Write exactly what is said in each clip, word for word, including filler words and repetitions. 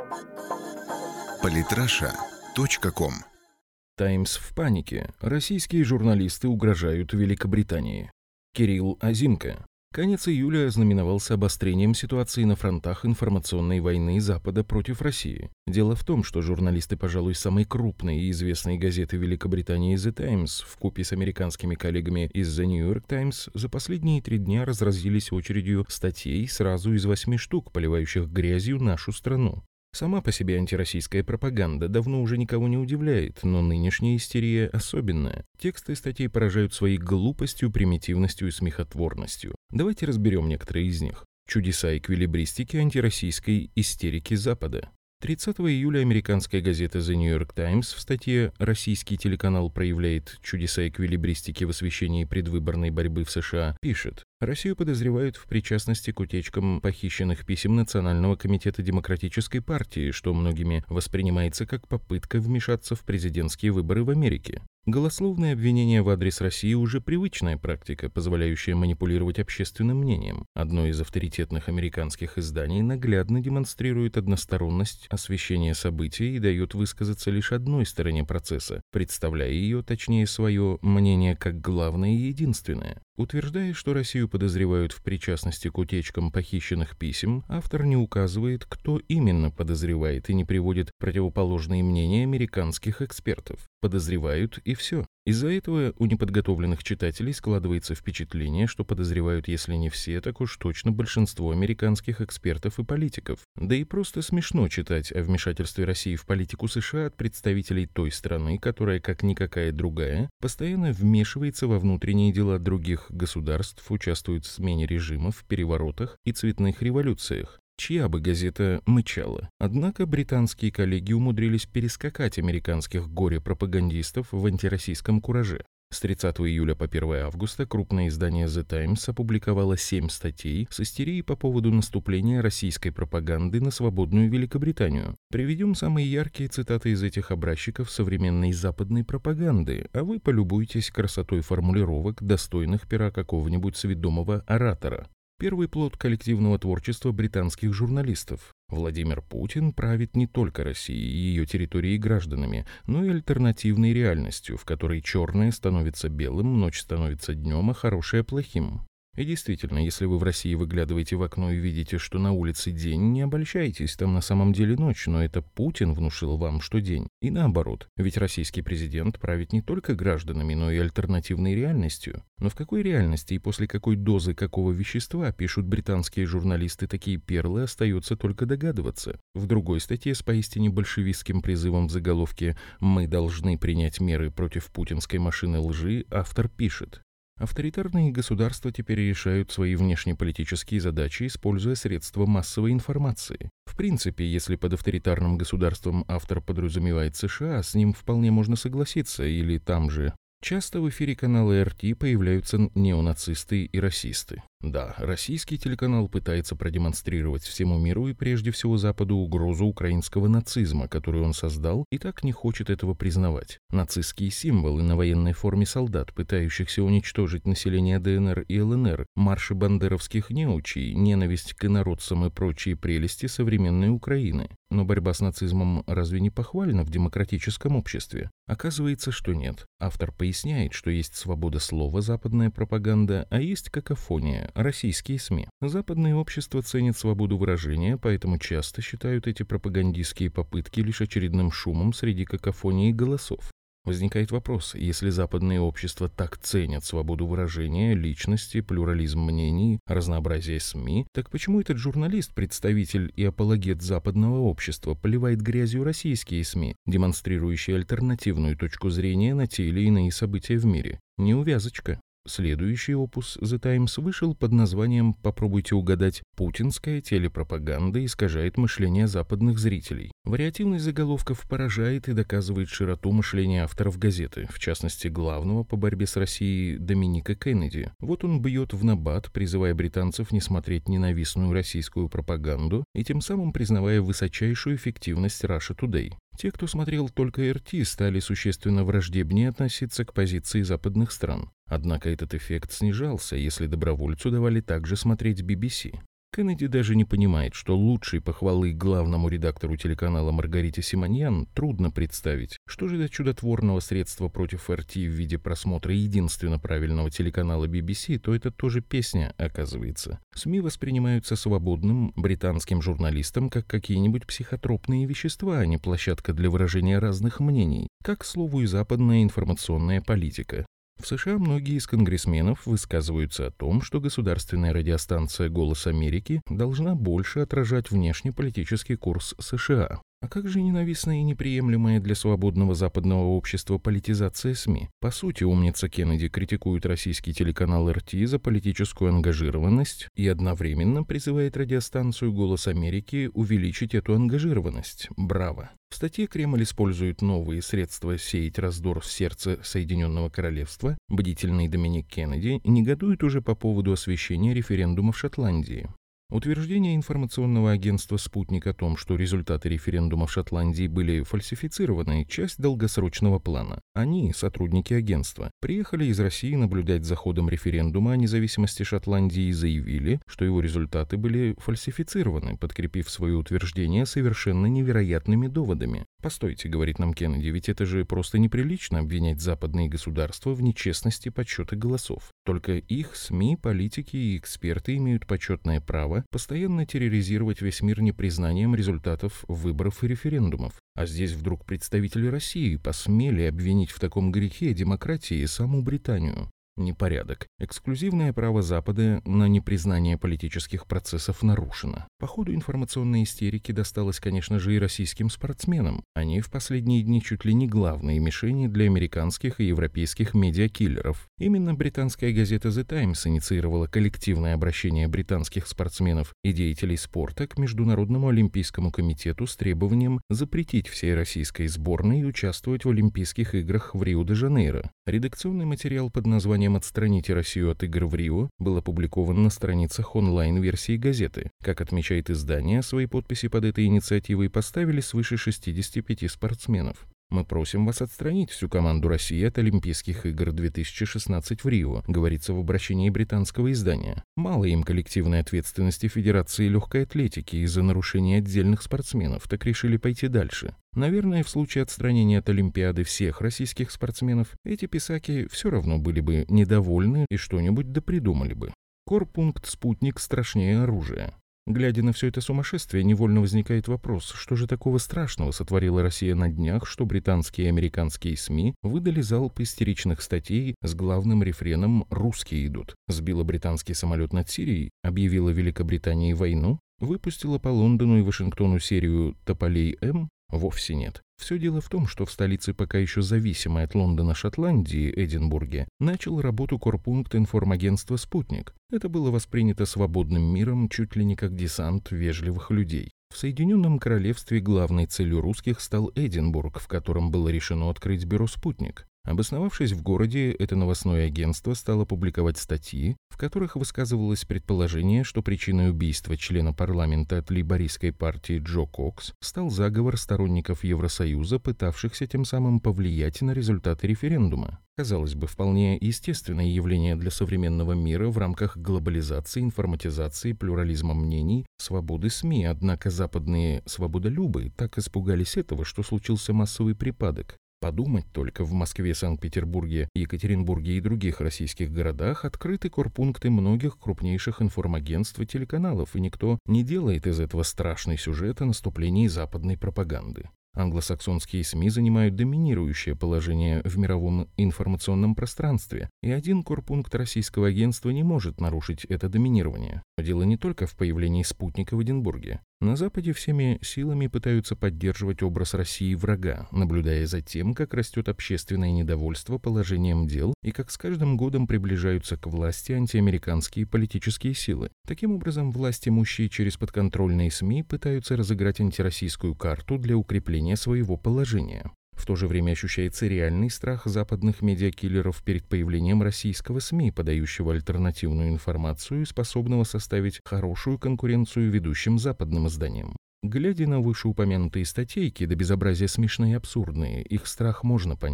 политраша точка ком. «Таймс» в панике. Российские журналисты угрожают Великобритании. Кирилл Азимко. Конец июля ознаменовался обострением ситуации на фронтах информационной войны Запада против России. Дело в том, что журналисты, пожалуй, самой крупной и известной газеты Великобритании «The Times» вкупе с американскими коллегами из «The New York Times» за последние три дня разразились очередью статей сразу из восьми штук, поливающих грязью нашу страну. Сама по себе антироссийская пропаганда давно уже никого не удивляет, но нынешняя истерия особенная. Тексты статей поражают своей глупостью, примитивностью и смехотворностью. Давайте разберем некоторые из них. Чудеса эквилибристики антироссийской истерики Запада. тридцатого июля американская газета The New York Times в статье «Российский телеканал проявляет чудеса эквилибристики в освещении предвыборной борьбы в США» пишет: Россию подозревают в причастности к утечкам похищенных писем Национального комитета Демократической партии, что многими воспринимается как попытка вмешаться в президентские выборы в Америке. Голословные обвинения в адрес России уже привычная практика, позволяющая манипулировать общественным мнением. Одно из авторитетных американских изданий наглядно демонстрирует односторонность освещения событий и дает высказаться лишь одной стороне процесса, представляя ее, точнее свое мнение, как главное и единственное. Утверждая, что Россию подозревают в причастности к утечкам похищенных писем, автор не указывает, кто именно подозревает, и не приводит противоположные мнения американских экспертов. Подозревают и все. Из-за этого у неподготовленных читателей складывается впечатление, что подозревают, если не все, так уж точно большинство американских экспертов и политиков. Да и просто смешно читать о вмешательстве России в политику США от представителей той страны, которая, как никакая другая, постоянно вмешивается во внутренние дела других государств, участвует в смене режимов, переворотах и цветных революциях. Чья бы газета мычала. Однако британские коллеги умудрились перескакать американских горе-пропагандистов в антироссийском кураже. С тридцатого июля по первое августа крупное издание The Times опубликовало семь статей с истерией по поводу наступления российской пропаганды на свободную Великобританию. Приведем самые яркие цитаты из этих образчиков современной западной пропаганды, а вы полюбуйтесь красотой формулировок, достойных пера какого-нибудь сведомого оратора. Первый плод коллективного творчества британских журналистов. Владимир Путин правит не только Россией и ее территорией и гражданами, но и альтернативной реальностью, в которой черное становится белым, ночь становится днем, а хорошее плохим. И действительно, если вы в России выглядываете в окно и видите, что на улице день, не обольщайтесь, там на самом деле ночь, но это Путин внушил вам, что день. И наоборот, ведь российский президент правит не только гражданами, но и альтернативной реальностью. Но в какой реальности и после какой дозы какого вещества пишут британские журналисты такие перлы, остается только догадываться. В другой статье с поистине большевистским призывом в заголовке «Мы должны принять меры против путинской машины лжи» автор пишет: авторитарные государства теперь решают свои внешнеполитические задачи, используя средства массовой информации. В принципе, если под авторитарным государством автор подразумевает США, с ним вполне можно согласиться, или там же. Часто в эфире канала эр ти появляются неонацисты и расисты. Да, российский телеканал пытается продемонстрировать всему миру и прежде всего Западу угрозу украинского нацизма, которую он создал, и так не хочет этого признавать. Нацистские символы на военной форме солдат, пытающихся уничтожить население дэ эн эр и эл эн эр, марши бандеровских неучей, ненависть к инородцам и прочие прелести современной Украины. Но борьба с нацизмом разве не похвальна в демократическом обществе? Оказывается, что нет. Автор поясняет, что есть свобода слова, западная пропаганда, а есть какофония, российские СМИ. Западное общество ценит свободу выражения, поэтому часто считают эти пропагандистские попытки лишь очередным шумом среди какофонии голосов. Возникает вопрос: если западные общества так ценят свободу выражения, личности, плюрализм мнений, разнообразие СМИ, так почему этот журналист, представитель и апологет западного общества, поливает грязью российские СМИ, демонстрирующие альтернативную точку зрения на те или иные события в мире? Неувязочка. Следующий опус The Times вышел под названием «Попробуйте угадать. Путинская телепропаганда искажает мышление западных зрителей». Вариативность заголовков поражает и доказывает широту мышления авторов газеты, в частности главного по борьбе с Россией Доминика Кеннеди. Вот он бьет в набат, призывая британцев не смотреть ненавистную российскую пропаганду и тем самым признавая высочайшую эффективность Russia Today. Те, кто смотрел только эр ти, стали существенно враждебнее относиться к позиции западных стран. Однако этот эффект снижался, если добровольцу давали также смотреть би би си. Кеннеди даже не понимает, что лучшей похвалы главному редактору телеканала Маргарите Симоньян трудно представить. Что же до чудотворного средства против эр ти в виде просмотра единственно правильного телеканала би би си, то это тоже песня, оказывается. СМИ воспринимаются свободным британским журналистом как какие-нибудь психотропные вещества, а не площадка для выражения разных мнений, как, к слову, и западная информационная политика. В США многие из конгрессменов высказываются о том, что государственная радиостанция «Голос Америки» должна больше отражать внешнеполитический курс США. А как же ненавистная и неприемлемая для свободного западного общества политизация СМИ? По сути, умница Кеннеди критикует российский телеканал эр ти за политическую ангажированность и одновременно призывает радиостанцию «Голос Америки» увеличить эту ангажированность. Браво! В статье Кремль использует новые средства сеять раздор в сердце Соединенного Королевства. Бдительный Доминик Кеннеди негодует уже по поводу освещения референдума в Шотландии. Утверждение информационного агентства «Спутник» о том, что результаты референдума в Шотландии были фальсифицированы, часть долгосрочного плана. Они, сотрудники агентства, приехали из России наблюдать за ходом референдума о независимости Шотландии и заявили, что его результаты были фальсифицированы, подкрепив свое утверждение совершенно невероятными доводами. «Постойте», — говорит нам Кеннеди, — «ведь это же просто неприлично обвинять западные государства в нечестности подсчета голосов. Только их СМИ, политики и эксперты имеют почетное право постоянно терроризировать весь мир непризнанием результатов выборов и референдумов. А здесь вдруг представители России посмели обвинить в таком грехе демократии саму Британию. Непорядок. Эксклюзивное право Запада на непризнание политических процессов нарушено. По ходу информационной истерики досталось, конечно же, и российским спортсменам. Они в последние дни чуть ли не главные мишени для американских и европейских медиакиллеров. Именно британская газета The Times инициировала коллективное обращение британских спортсменов и деятелей спорта к Международному олимпийскому комитету с требованием запретить всей российской сборной участвовать в Олимпийских играх в Рио-де-Жанейро. Редакционный материал под названием «Отстраните Россию от игр в Рио» был опубликован на страницах онлайн-версии газеты. Как отмечает издание, свои подписи под этой инициативой поставили свыше шестидесяти пяти спортсменов. «Мы просим вас отстранить всю команду России от Олимпийских игр две тысячи шестнадцать в Рио», говорится в обращении британского издания. Мало им коллективной ответственности Федерации легкой атлетики из-за нарушения отдельных спортсменов, так решили пойти дальше. Наверное, в случае отстранения от Олимпиады всех российских спортсменов, эти писаки все равно были бы недовольны и что-нибудь допридумали бы. Корпункт «Спутник» страшнее оружия. Глядя на все это сумасшествие, невольно возникает вопрос, что же такого страшного сотворила Россия на днях, что британские и американские СМИ выдали залп истеричных статей с главным рефреном «Русские идут». Сбила британский самолет над Сирией, объявила Великобритании войну, выпустила по Лондону и Вашингтону серию «Тополей М». Вовсе нет. Все дело в том, что в столице пока еще зависимой от Лондона Шотландии, Эдинбурге, начал работу корпункт информагентства «Спутник». Это было воспринято свободным миром чуть ли не как десант вежливых людей. В Соединенном Королевстве главной целью русских стал Эдинбург, в котором было решено открыть бюро «Спутник». Обосновавшись в городе, это новостное агентство стало публиковать статьи, в которых высказывалось предположение, что причиной убийства члена парламента от лейбористской партии Джо Кокс стал заговор сторонников Евросоюза, пытавшихся тем самым повлиять на результаты референдума. Казалось бы, вполне естественное явление для современного мира в рамках глобализации, информатизации, плюрализма мнений, свободы СМИ, однако западные свободолюбы так испугались этого, что случился массовый припадок. Подумать только, в Москве, Санкт-Петербурге, Екатеринбурге и других российских городах открыты корпункты многих крупнейших информагентств и телеканалов, и никто не делает из этого страшный сюжет о наступлении западной пропаганды. Англосаксонские СМИ занимают доминирующее положение в мировом информационном пространстве, и один корпункт российского агентства не может нарушить это доминирование. Но дело не только в появлении спутника в Эдинбурге. На Западе всеми силами пытаются поддерживать образ России врага, наблюдая за тем, как растет общественное недовольство положением дел и как с каждым годом приближаются к власти антиамериканские политические силы. Таким образом, власти имущие через подконтрольные СМИ пытаются разыграть антироссийскую карту для укрепления своего положения. В то же время ощущается реальный страх западных медиакиллеров перед появлением российского СМИ, подающего альтернативную информацию и способного составить хорошую конкуренцию ведущим западным изданиям. Глядя на вышеупомянутые статейки, до безобразия смешные и абсурдные, их страх можно понять.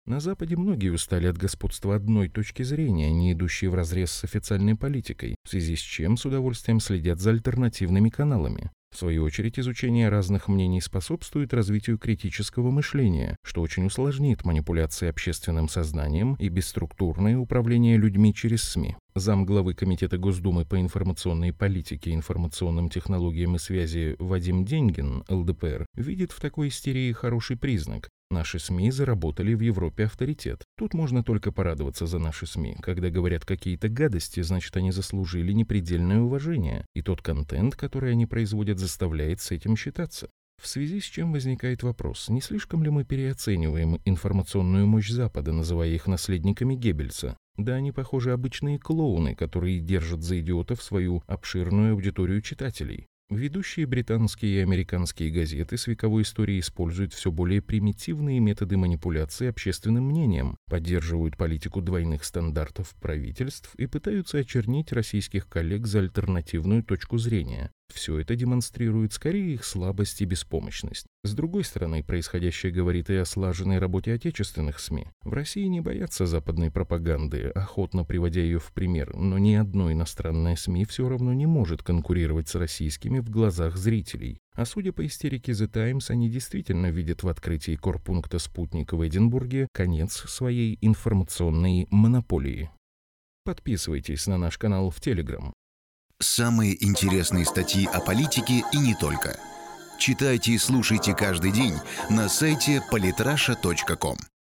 На Западе многие устали от господства одной точки зрения, не идущей вразрез с официальной политикой, в связи с чем с удовольствием следят за альтернативными каналами. В свою очередь, изучение разных мнений способствует развитию критического мышления, что очень усложнит манипуляции общественным сознанием и бесструктурное управление людьми через СМИ. Замглавы Комитета Госдумы по информационной политике, информационным технологиям и связи Вадим Деньгин, эл дэ пэ эр, видит в такой истерии хороший признак. Наши СМИ заработали в Европе авторитет. Тут можно только порадоваться за наши СМИ. Когда говорят какие-то гадости, значит, они заслужили непредельное уважение, и тот контент, который они производят, заставляет с этим считаться. В связи с чем возникает вопрос, не слишком ли мы переоцениваем информационную мощь Запада, называя их наследниками Геббельса? Да, они, похоже, обычные клоуны, которые держат за идиотов свою обширную аудиторию читателей. Ведущие британские и американские газеты с вековой историей используют все более примитивные методы манипуляции общественным мнением, поддерживают политику двойных стандартов правительств и пытаются очернить российских коллег за альтернативную точку зрения. Все это демонстрирует скорее их слабость и беспомощность. С другой стороны, происходящее говорит и о слаженной работе отечественных СМИ. В России не боятся западной пропаганды, охотно приводя ее в пример, но ни одно иностранное СМИ все равно не может конкурировать с российскими в глазах зрителей. А судя по истерике The Times, они действительно видят в открытии корпункта «Спутник» в Эдинбурге конец своей информационной монополии. Подписывайтесь на наш канал в Telegram. Самые интересные статьи о политике и не только. Читайте и слушайте каждый день на сайте политраша точка ком.